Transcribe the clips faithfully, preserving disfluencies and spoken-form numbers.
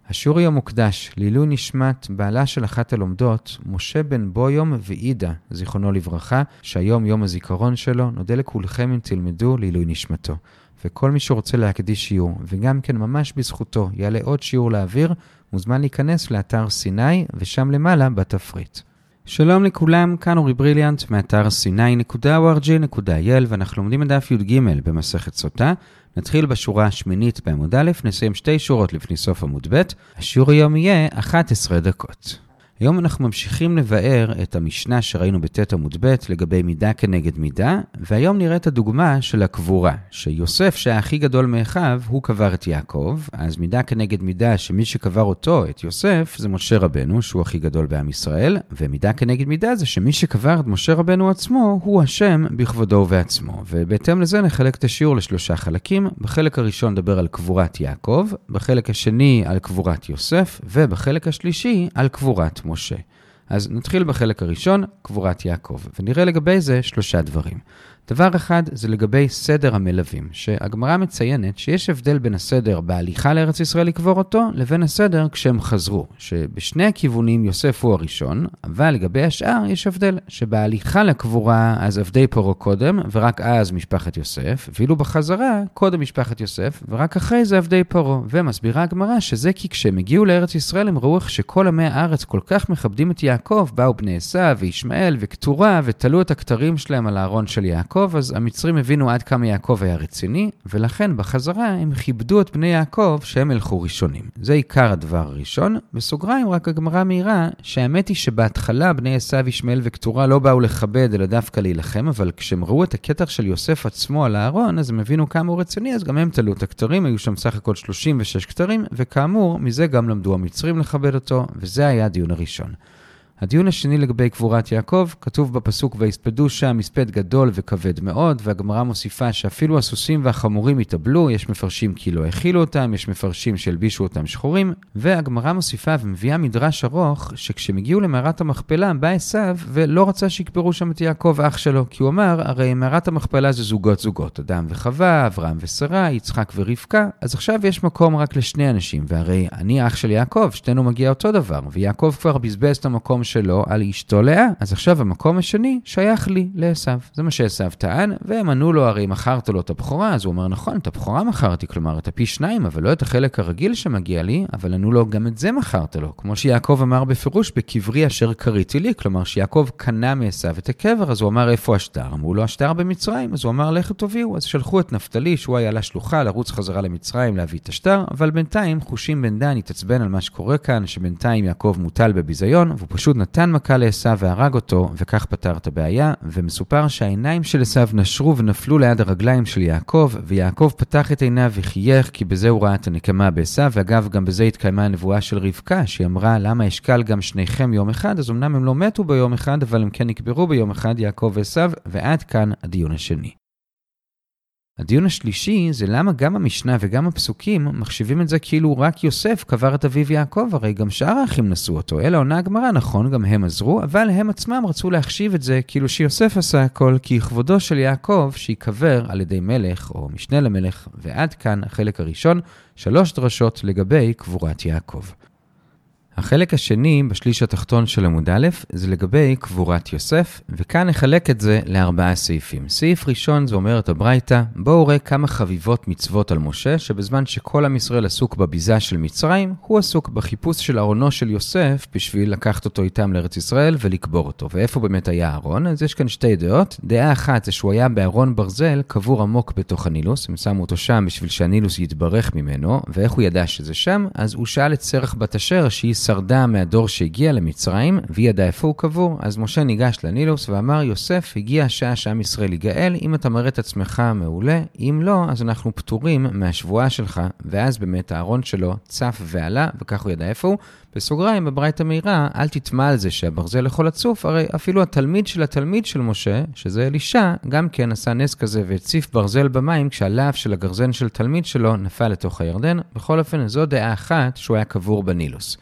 השיעור היום מוקדש לעילוי נשמת בעלה של אחת הלומדות, משה בן בויום ועידה, זיכרונו לברכה, שהיום יום הזיכרון שלו, נודה לכולכם אם תלמדו לעילוי נשמתו. וכל מי שרוצה להקדיש שיעור, וגם כן ממש בזכותו, יעלה עוד שיעור לאוויר, מוזמן להיכנס לאתר סיני, ושם למעלה בתפריט. שלום לכולם, כאן אורי בריליאנט, מאתר סיני נקודה או אר ג'י נקודה איי אל, ואנחנו לומדים את דף י"ג במסכת סוטה. נתחיל בשורה השמינית בעמוד א', נסיים שתי שורות לפני סוף עמוד ב'. השיעור היום יהיה אחת עשרה דקות. היום אנחנו ממשיכים לבאר את המשנה שראינו בתת עמוד ב' לגבי מידה כנגד מידה, והיום נראה את הדוגמה של הקבורה, שיוסף שהיה הכי גדול מאחיו, הוא קבר את יעקב, אז מידה כנגד מידה שמי שקבר אותו, את יוסף, זה משה רבנו, שהוא הכי גדול בעם ישראל, ומידה כנגד מידה זה שמי שקבר את משה רבנו עצמו, הוא השם בכבודו ובעצמו, ובהתאם לזה נחלק את השיעור לשלושה חלקים. בחלק הראשון נדבר על קבורת יעקב, בחלק השני על קבורת יוסף, ובחלק השלישי על קבורת משה. אז נתחיל בחלק הראשון, קבורת יעקב, ונראה לגבי זה שלושה דברים. דבר אחד זה לגבי סדר המלווים, שהגמרא מציינת שיש הבדל בין הסדר בהליכה לארץ ישראל לקבור אותו, לבין הסדר כשהם חזרו, שבשני הכיוונים יוסף הוא הראשון, אבל לגבי השאר יש הבדל, שבהליכה לקבורה אז עבדי פרעה קודם, ורק אז משפחת יוסף, ואילו בחזרה קודם משפחת יוסף, ורק אחרי זה עבדי פרעה. ומסבירה הגמרא שזה כי כשהם הגיעו לארץ ישראל הם ראו שכל עמי הארץ כל כך מכבדים את יעקב, באו בני עשיו וישמעאל וקטורה, ותלו את הכתרים שלהם על הארון של יעקב, אז המצרים הבינו עד כמה יעקב היה רציני, ולכן בחזרה הם כיבדו את בני יעקב שהם הלכו ראשונים. זה עיקר הדבר הראשון. בסוגריים רק הגמרא מהירה שהאמת היא שבהתחלה בני עשיו, ישמעאל וקטורה לא באו לכבד אלא דווקא להילחם, אבל כשהם ראו את הכתר של יוסף עצמו על הארון, אז הם הבינו כמה הוא רציני, אז גם הם תלו את הכתרים, היו שם סך הכל שלושים ושש כתרים, וכאמור מזה גם למדו המצרים לכבד אותו, וזה היה הדיון הראשון. הדיון השני לגבי קבורת יעקב, כתוב בפסוק ויספדו שם מספד גדול וכבד מאוד, והגמרא מוסיפה שאפילו הסוסים והחמורים התאבלו, יש מפרשים כי לא הכילו אותם, יש מפרשים שהלבישו אותם שחורים, והגמרא מוסיפה ומביאה מדרש ארוך, שכשהם הגיעו למערת המכפלה בא עשיו ולא רצה שיקברו שם את יעקב אח שלו, כי הוא אמר, הרי מערת המכפלה זה זוגות זוגות, אדם וחווה, אברהם ושרה, יצחק ורבקה, אז עכשיו יש מקום רק לשני אנשים, והרי אני אח של יעקב, שתינו מגיע אותו דבר, ויעקב כבר בזבז את המקום שלו על אשתו לאה, אז עכשיו המקום השני שייך לי, לעשיו. זה מה שעשיו טען, והם ענו לו, הרי מכרת לו את הבכורה, אז הוא אומר, נכון, את הבכורה מכרתי, כלומר, את הפי שניים, אבל לא את החלק הרגיל שמגיע לי, אבל ענו לו, גם את זה מכרת לו. כמו שיעקב אמר בפירוש, בקברי אשר קריתי לי, כלומר, שיעקב קנה מעשיו את הקבר, אז הוא אמר, איפה השטר? אמרו לו, השטר במצרים, אז הוא אמר, לכו תביאו. אז שלחו את נפתלי, שהוא היה לשלוחה, לרוץ חזרה למצרים, להביא את השטר, אבל בינתיים חושים בן דן התעצבן על מה שקורה כאן, שבינתיים יעקב מוטל בביזיון, והוא פשוט נתן מכה לעשיו והרג אותו, וכך פתר את הבעיה, ומסופר שהעיניים של עשיו נשרו ונפלו ליד הרגליים של יעקב, ויעקב פתח את עיניו וחייך, כי בזה הוא ראה את הנקמה בעשיו, ואגב גם בזה התקיימה הנבואה של רבקה, שהיא אמרה, למה אשכל גם שניכם יום אחד? אז אמנם הם לא מתו ביום אחד, אבל הם כן נקברו ביום אחד, יעקב ועשיו, ועד כאן הדיון השני. הדיון השלישי זה למה גם המשנה וגם הפסוקים מחשיבים את זה כאילו רק יוסף קבר את אביו יעקב, הרי גם שאר האחים נשאו אותו, אלא עונה הגמרא, נכון, גם הם עזרו, אבל הם עצמם רצו להחשיב את זה כאילו שיוסף עשה הכל, כי כבודו של יעקב שיקבר על ידי מלך או משנה למלך, ועד כאן החלק הראשון, שלוש דרשות לגבי קבורת יעקב. החלק השני בשליש התחתון של עמוד א' זה לגבי קבורת יוסף, וכאן נחלק את זה לארבעה סעיפים. סעיף ראשון זה אומר את הברייתא, בואו ראה כמה חביבות מצוות על משה, שבזמן שכל עם ישראל עסוק בביזה של מצרים, הוא עסוק בחיפוש של ארונו של יוסף, בשביל לקחת אותו איתם לארץ ישראל ולקבור אותו. ואיפה באמת היה ארון? אז יש כאן שתי דעות. דעה אחת זה שהוא היה בארון ברזל, קבור עמוק בתוך הנילוס, הם שמו אותו שם בשביל שהנילוס יתברך ממנו, ואיך הוא ידע שזה שם? אז הוא שאל את סרח בת אשר, שהיא שרדה מהדור שהגיע למצרים, והיא ידעה איפה הוא קבור. אז משה ניגש לנילוס ואמר, יוסף, הגיע השעה שעם ישראל יגאל, אם אתה מראה את עצמך מעולה, אם לא, אז אנחנו פטורים מהשבועה שלך, ואז באמת הארון שלו צף ועלה, וכך הוא ידע איפה הוא. בסוגריים, בברייתא מהירה, אל תתמה על זה שהברזל יכול לצוף, הרי אפילו התלמיד של התלמיד של משה, שזה אלישע, גם כן עשה נס כזה והציף ברזל במים, כשהלהב של הגרזן של תלמיד שלו נפל לתוך הירדן. בכל אופן, זו דעה אחת שהוא היה קבור בנילוס.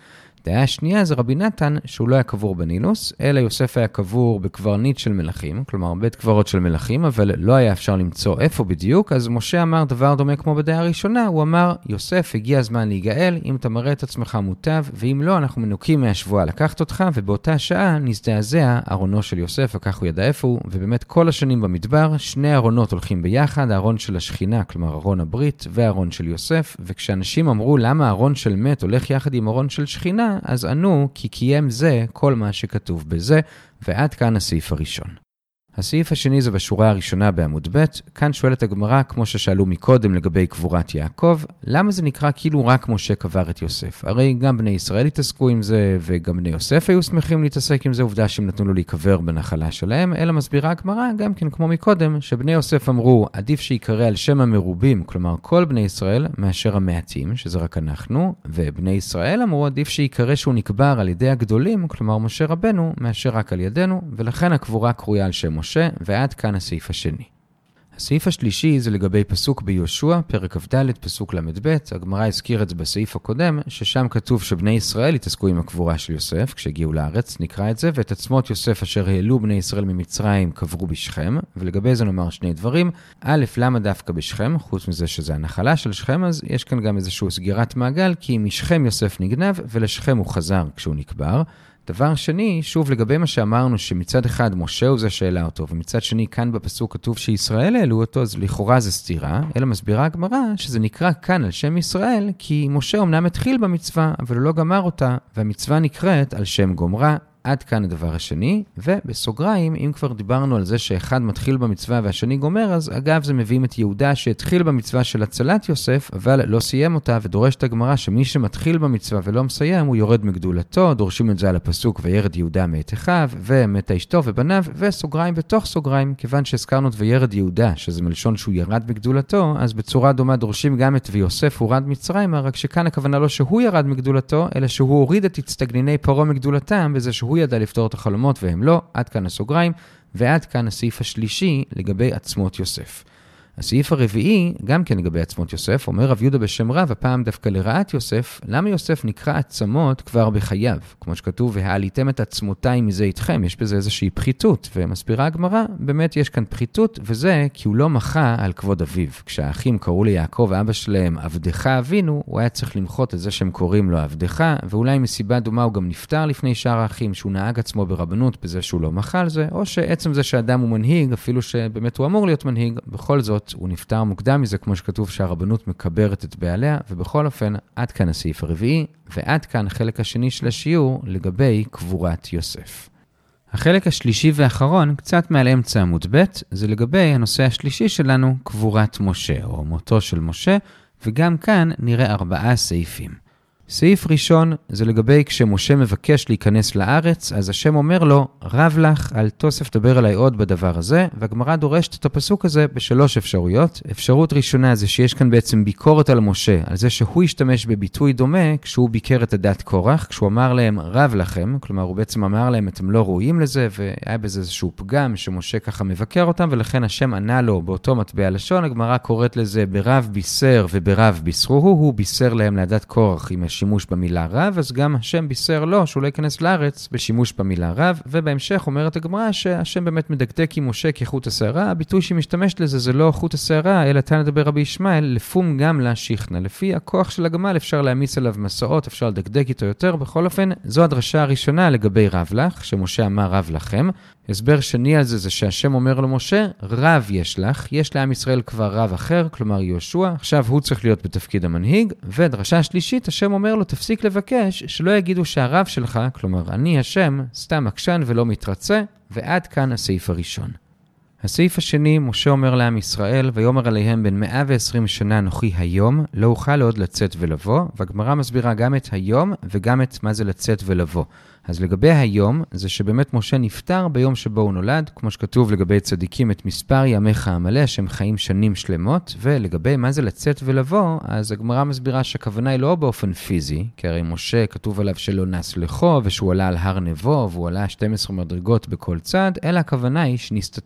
דעה השנייה זה רבי נתן, שהוא לא היה קבור בנילוס, אלא יוסף היה קבור בקברניט של מלכים, כלומר בית קברות של מלכים, אבל לא היה אפשר למצוא איפה בדיוק, אז משה אמר דבר דומה כמו בדעה הראשונה, הוא אמר, יוסף, הגיע הזמן להיגאל, אם אתה מראה את עצמך מוטב, ואם לא, אנחנו מנוקים מהשבועה לקחת אותך, ובאותה שעה נזדעזע ארונו של יוסף, וכך הוא ידע איפה הוא, ובאמת כל השנים במדבר, שני ארונות הולכים ביחד, הארון של השכינה, כלומר ארון הברית, והארון של יוסף, וכשאנשים אמרו למה הארון של מת הולך יחד עם ארון של שכינה, אז ענו כי קיים זה כל מה שכתוב בזה, ועד כאן הסעיף הראשון. הסעיף השני זה בשורה הראשונה בעמוד ב', כאן שואלת הגמרא, כמו ששאלו מקודם לגבי קבורת יעקב, למה זה נקרא כאילו רק משה קבר את יוסף? הרי גם בני ישראל התעסקו עם זה, וגם בני יוסף היו שמחים להתעסק עם זה, עובדה שהם נתנו לו להיקבר בנחלה שלהם, אלא מסבירה הגמרא, גם כן כמו מקודם, שבני יוסף אמרו, עדיף שיקרא על שם המרובים, כלומר כל בני ישראל, מאשר המעטים, שזה רק אנחנו, ובני ישראל אמרו, עדיף שיקרא שהוא נקבר על ידי הגדולים, כלומר משה רבנו, מאשר רק על ידינו, ולכן הקבורה קרויה על שם משה, ועד כאן הסעיף השני. הסעיף השלישי זה לגבי פסוק ביהושע, פרק כ"ד, פסוק למ"ב. הגמרא הזכיר את זה בסעיף הקודם, ששם כתוב שבני ישראל התעסקו עם הקבורה של יוסף, כשהגיעו לארץ, נקרא את זה, ואת עצמות יוסף אשר העלו בני ישראל ממצרים קברו בשכם, ולגבי זה נאמר שני דברים. א', למה דווקא בשכם? חוץ מזה שזה הנחלה של שכם, אז יש כאן גם איזשהו סגירת מעגל, כי משכם יוסף נגנב, ולשכם הוא חזר כשהוא נקבר. דבר שני, שוב לגבי מה שאמרנו שמצד אחד משה הוא זה שאלה אותו, ומצד שני כאן בפסוק כתוב שישראל העלו אותו, אז לכאורה זה סתירה, אלא מסבירה הגמרא שזה נקרא כאן על שם ישראל, כי משה אומנם התחיל במצווה, אבל הוא לא גמר אותה, והמצווה נקראת על שם גומרה. עד כאן הדבר השני, ובסוגריים, אם כבר דיברנו על זה שאחד מתחיל במצווה והשני גומר, אז אגב זה מביאים את יהודה שהתחיל במצווה של הצלת יוסף, אבל לא סיים אותה, ודורש את הגמרא שמי שמתחיל במצווה ולא מסיים, הוא יורד מגדולתו, דורשים את זה על הפסוק, וירד יהודה מאת אחיו, ומת אשתו ובניו, וסוגריים בתוך סוגריים, כיוון שהזכרנו את וירד יהודה, שזה מלשון שהוא ירד בגדולתו, אז בצורה דומה דורשים גם את ויוסף הורד מצרימה, רק שכאן הכוונה לא שהוא ירד מגדולתו, אלא שהוא הוריד את הצטגניני פרעה מגדולתם, בזה שהוא ידע לפתור את החלומות והם לא. עד כאן הסוגריים, ועד כאן הסעיף השלישי לגבי עצמות יוסף. הסעיף הרביעי, גם כן לגבי עצמות יוסף, אומר רב יהודה בשם רב, הפעם דווקא לרעת יוסף, למה יוסף נקרא עצמות כבר בחייו? כמו שכתוב, והעליתם את עצמותיי מזה איתכם, יש בזה איזושהי פחיתות, ומסבירה הגמרא, באמת יש כאן פחיתות, וזה כי הוא לא מחה על כבוד אביו. כשהאחים קראו ליעקב ואבא שלהם עבדך אבינו, הוא היה צריך למחות את זה שהם קוראים לו עבדך, ואולי מסיבה דומה הוא גם נפטר לפני שאר האחים, שהוא נהג עצמו ברבנות בזה שהוא לא מחה על זה, או שעצם זה שאדם הוא מנהיג, אפילו שבאמת הוא אמור להיות מנהיג, בכל זאת הוא נפטר מוקדם מזה, כמו שכתוב שהרבנות מקברת את בעליה, ובכל אופן, עד כאן הסעיף הרביעי, ועד כאן חלק השני של השיעור לגבי קבורת יוסף. החלק השלישי והאחרון, קצת מעל אמצע עמוד ב', זה לגבי הנושא השלישי שלנו, קבורת משה, או מותו של משה, וגם כאן נראה ארבעה סעיפים. סעיף ראשון זה לגבי כשמשה מבקש להיכנס לארץ, אז השם אומר לו, רב לך, אל תוסף דבר עליי עוד בדבר הזה, והגמרא דורשת את הפסוק הזה בשלוש אפשרויות. אפשרות ראשונה זה שיש כאן בעצם ביקורת על משה, על זה שהוא השתמש בביטוי דומה כשהוא ביקר את הדת קורח, כשהוא אמר להם רב לכם, כלומר הוא בעצם אמר להם אתם לא ראויים לזה, והיה בזה איזשהו פגם שמשה ככה מבקר אותם, ולכן השם ענה לו באותו מטבע לשון, הגמרא קוראת לזה ברב בישר וברב בישרוהו, הוא בישר להם לדת קורח עם שימוש במילה רב, אז גם השם בישר לו שהוא לא ייכנס לארץ בשימוש במילה רב, ובהמשך אומרת הגמרא שהשם באמת מדקדק עם משה כחוט השערה, הביטוי שמשתמש לזה זה לא חוט השערה, אלא תנא דבר רבי ישמעאל, לפום גם להשיכנה, לפי הכוח של הגמל אפשר להמיס עליו מסעות, אפשר לדקדק איתו יותר, בכל אופן, זו הדרשה הראשונה לגבי רב לך, שמשה אמר רב לכם. הסבר שני על זה זה שהשם אומר למשה, רב יש לך, יש לעם ישראל כבר רב אחר, כלומר יהושע, עכשיו הוא צריך להיות בתפקיד המנהיג, ודרשה שלישית, השם אומר לו, תפסיק לבקש, שלא יגידו שהרב שלך, כלומר אני השם, סתם עקשן ולא מתרצה, ועד כאן הסעיף הראשון. הסעיף השני, משה אומר לעם ישראל, ויאמר עליהם בין מאה ועשרים שנה אנוכי היום, לא אוכל עוד לצאת ולבוא, והגמרא מסבירה גם את היום וגם את מה זה לצאת ולבוא. אז לגבי היום, זה שבאמת משה נפטר ביום שבו הוא נולד, כמו שכתוב לגבי צדיקים את מספר ימיך המלא, שהם חיים שנים שלמות, ולגבי מה זה לצאת ולבוא, אז הגמרא מסבירה שהכוונה היא לא באופן פיזי, כי הרי משה כתוב עליו שלא נס לכו, ושהוא עלה על הר נבו, והוא עלה שתים עשרה מדרגות בכל צד, אלא הכוונה היא שנסתתמו ממנו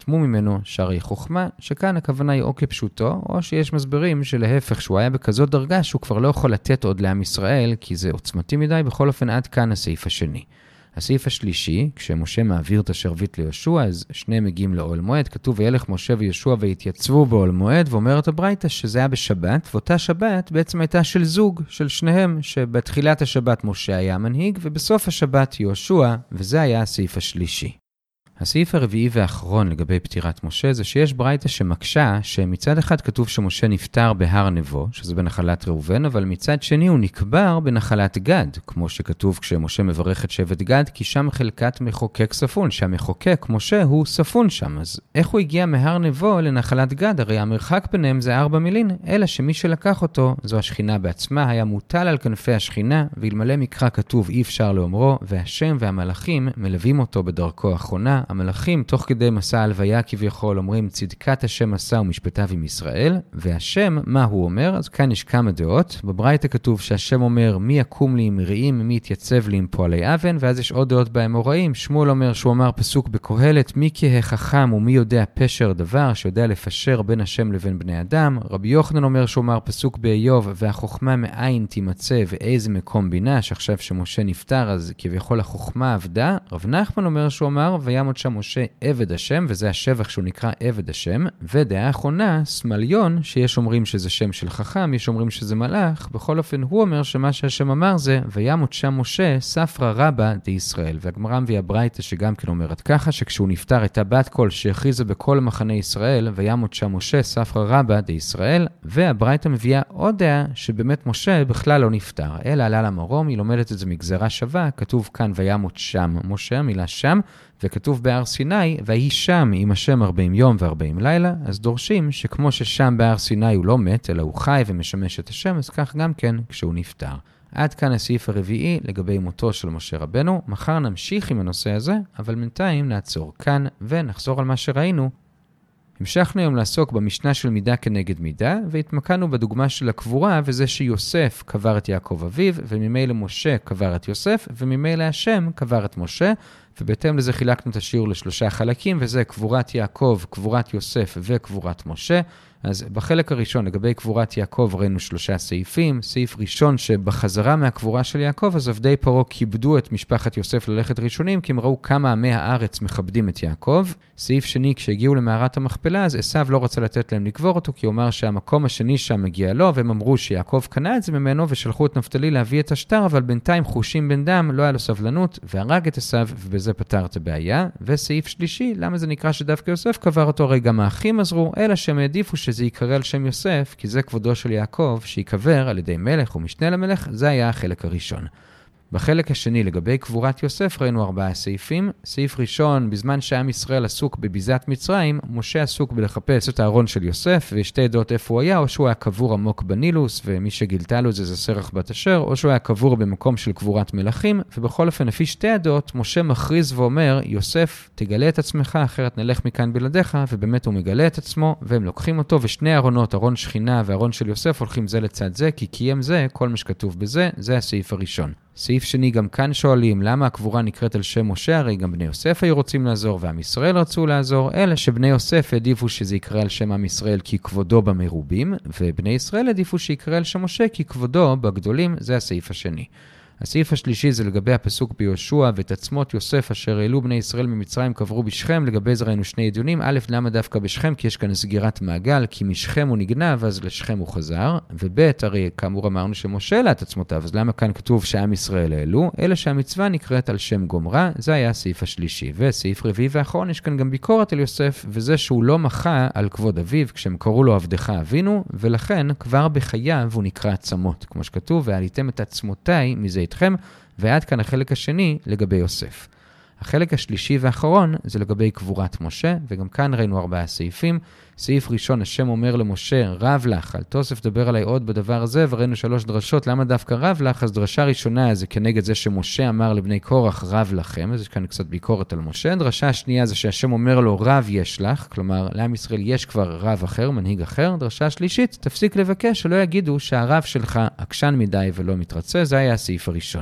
ממנו שערי חוכמה, שכאן הכוונה היא או כפשוטו, או שיש מסברים שלהפך שהוא היה בכזאת דרגה שהוא כבר לא יכול לתת עוד לעם ישראל, כי זה עוצמתי מדי, בכל אופן עד כאן הסעיף השני. הסעיף השלישי, כשמשה מעביר את השרביט ליהושע, אז שניהם מגיעים לאוהל מועד, כתוב וילך משה ויהושע והתייצבו באוהל מועד, ואומרת הברייתא שזה היה בשבת, ואותה שבת בעצם הייתה של זוג, של שניהם, שבתחילת השבת משה היה המנהיג, ובסוף השבת יהושע, וזה היה הסעיף השלישי. הסעיף הרביעי והאחרון לגבי פטירת משה זה שיש ברייתא שמקשה שמצד אחד כתוב שמשה נפטר בהר נבו, שזה בנחלת ראובן, אבל מצד שני הוא נקבר בנחלת גד, כמו שכתוב כשמשה מברך את שבט גד, כי שם חלקת מחוקק ספון, שהמחוקק משה הוא ספון שם. אז איך הוא הגיע מהר נבו לנחלת גד? הרי המרחק ביניהם זה ארבע מילין, אלא שמי שלקח אותו זו השכינה בעצמה, היה מוטל על כנפי השכינה, ואלמלא מקרא כתוב אי אפשר לאומרו, והשם והמלאכים מלווים אותו בדרכו האחרונה. המלאכים תוך כדי מסע הלוויה כביכול אומרים צדקת השם עשה ומשפטיו עם ישראל, והשם מה הוא אומר? אז כאן יש כמה דעות. בברייתא כתוב שהשם אומר מי יקום לי עם מרעים, מי יתייצב לי עם פועלי אבן, ואז יש עוד דעות באמוראים. שמואל אומר שהוא אמר פסוק בקהלת מי כהחכם ומי יודע פשר דבר, שיודע לפשר בין השם לבין בני אדם. רבי יוחנן אומר שהוא אמר פסוק באיוב והחוכמה מאין תימצא ואיזה מקום בינה, שעכשיו שמשה נפטר אז כביכול החוכמה עבדה. רב נחמן אומר שהוא אמר וימות שם משה עבד השם, וזה השבח שהוא נקרא עבד השם. ודעה אחרונה, סמליון, שיש אומרים שזה שם של חכם, יש אומרים שזה מלאך. בכל אופן הוא אומר שמה שהשם אמר זה וימות שם משה ספרא רבא דישראל. והגמרא מביאה ברייתא שגם כן אומרת ככה, שכשהוא נפטר הייתה בת קול שהכריזה בכל מחנה ישראל וימות שם משה ספרא רבא דישראל. והברייתא מביאה עוד דעה שבאמת משה בכלל לא נפטר, אלא עלה למרום. היא לומדת את זה מגזרה שווה, כתוב כאן וימות שם משה, המילה שם, וכתוב בהר סיני, והיא שם עם השם ארבעים יום וארבעים לילה, אז דורשים שכמו ששם בהר סיני הוא לא מת, אלא הוא חי ומשמש את השם, אז כך גם כן כשהוא נפטר. עד כאן הסעיף הרביעי לגבי מותו של משה רבנו. מחר נמשיך עם הנושא הזה, אבל בינתיים נעצור כאן ונחזור על מה שראינו. המשכנו היום לעסוק במשנה של מידה כנגד מידה, והתמקדנו בדוגמה של הקבורה, וזה שיוסף קבר את יעקב אביו, וממילא משה קבר את יוסף, וממילא השם קבר את משה, ובהתאם לזה חילקנו את השיעור לשלושה חלקים, וזה קבורת יעקב, קבורת יוסף וקבורת משה. אז בחלק הראשון, לגבי קבורת יעקב, ראינו שלושה סעיפים. סעיף ראשון שבחזרה מהקבורה של יעקב, אז עבדי פרעה כיבדו את משפחת יוסף ללכת ראשונים, כי הם ראו כמה עמי הארץ מכבדים את יעקב. סעיף שני, כשהגיעו למערת המכפלה, אז עשיו לא רצה לתת להם לקבור אותו, כי הוא אמר שהמקום השני שם מגיע לו, והם אמרו שיעקב קנה את זה ממנו, ושלחו את נפתלי להביא את השטר, אבל בינתיים חושים בן דם, לא היה לו סבלנות, והרג את עשיו, ובזה פתר את הבעיה. וסעיף שלישי, למה זה נקרא שדווקא יוסף קבר אותו? הרי גם האחים עזרו, אלא שהם העדיפו שזה יקרא על שם יוסף, כי זה כבודו של יעקב, שיקבר על ידי מלך ומשנה למלך. זה היה החלק הראשון. בחלק השני, לגבי קבורת יוסף, ראינו ארבעה סעיפים. סעיף ראשון, בזמן שעם ישראל עסוק בביזת מצרים, משה עסוק בלחפש את הארון של יוסף, ושתי עדות איפה הוא היה, או שהוא היה קבור עמוק בנילוס, ומי שגילתה לו זה זה סרח בת אשר, או שהוא היה קבור במקום של קבורת מלכים. ובכל אופן, לפי שתי עדות, משה מכריז ואומר, יוסף, תגלה את עצמך, אחרת נלך מכאן בלעדיך, ובאמת הוא מגלה את עצמו, והם לוקחים אותו, ושני ארונות, ארון שכינה וארון של יוסף, הולכים זה לצד זה, כי קיים זה, כל מה שכתוב בזה, זה הסעיף הראשון. סעיף שני, גם כאן שואלים למה הקבורה נקראת על שם משה, הרי גם בני יוסף היו רוצים לעזור ועם ישראל רצו לעזור, אלא שבני יוסף העדיפו שזה יקרא על שם עם ישראל כי כבודו במרובים, ובני ישראל העדיפו שיקרא על שם משה כי כבודו בגדולים. זה הסעיף השני. הסעיף השלישי זה לגבי הפסוק ביהושע, ואת עצמות יוסף אשר העלו בני ישראל ממצרים קברו בשכם. לגבי זה ראינו שני עדיונים. א', למה דווקא בשכם? כי יש כאן סגירת מעגל, כי משכם הוא נגנב, אז לשכם הוא חזר. וב', הרי כאמור אמרנו שמשה העלה את עצמותיו, אז למה כאן כתוב שעם ישראל העלו? אלא שהמצווה נקראת על שם גומרה. זה היה הסעיף השלישי. וסעיף רביעי ואחרון, יש כאן גם ביקורת על יוסף, וזה שהוא לא מחה על כבוד אביו, כשהם קראו לו עבדך אבינו, ולכן כבר בחייו הוא נקרא עצמות, כמו שכתוב, ועליתם את עצמותיי מזה איתכם. ועד כאן החלק השני לגבי יוסף. החלק השלישי והאחרון זה לגבי קבורת משה, וגם כאן ראינו ארבעה סעיפים. סעיף ראשון, השם אומר למשה, רב לך, אל תוסף דבר עליי עוד בדבר הזה, וראינו שלוש דרשות, למה דווקא רב לך? אז דרשה ראשונה זה כנגד זה שמשה אמר לבני קורח, רב לכם, אז יש כאן קצת ביקורת על משה. דרשה השנייה זה שהשם אומר לו, רב יש לך, כלומר, לעם ישראל יש כבר רב אחר, מנהיג אחר. דרשה שלישית, תפסיק לבקש שלא יגידו שהרב שלך עקשן מדי ולא מתרצה. זה היה הסעיף הראשון.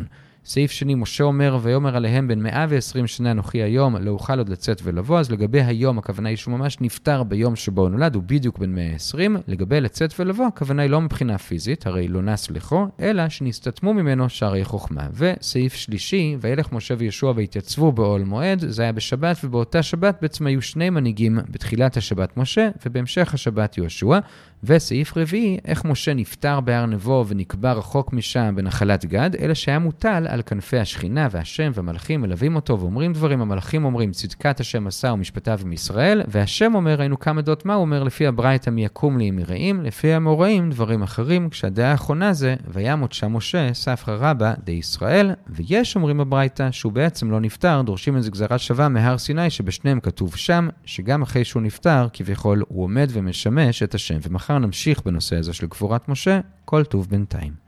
סעיף שני, משה אומר, ויאמר עליהם בין מאה ועשרים שנה אנוכי היום, לא אוכל עוד לצאת ולבוא. אז לגבי היום, הכוונה היא שהוא ממש נפטר ביום שבו הוא נולד, הוא בדיוק בין מאה ועשרים. לגבי לצאת ולבוא, הכוונה היא לא מבחינה פיזית, הרי לא נס לכו, אלא שנסתתמו ממנו שערי חוכמה. וסעיף שלישי, וילך משה וישוע והתייצבו באוהל מועד, זה היה בשבת, ובאותה שבת בעצם היו שני מנהיגים, בתחילת השבת משה ובהמשך השבת יהושע. וסעיף רביעי, איך משה נפטר בהר נבו ונקבע רחוק משם בנחלת גד, אלא שהיה מוטל על כנפי השכינה והשם והמלאכים מלווים אותו ואומרים דברים, המלאכים אומרים צדקת השם עשה ומשפטיו עם ישראל, והשם אומר, ראינו כמה דעות מה הוא אומר, לפי הברייתא מי יקום לי מרעים, לפי המוראים דברים אחרים, כשהדעה האחרונה זה, וימות שם משה ספרא רבא די ישראל, ויש אומרים הברייתא שהוא בעצם לא נפטר, דורשים איזה גזרה שווה מהר סיני שבשניהם כתוב שם, שגם אחרי שהוא נפטר, כביכול הוא עומד ומשמש את השם. ומחר נמשיך בנושא הזה של גבורת משה, כל טוב בינתיים.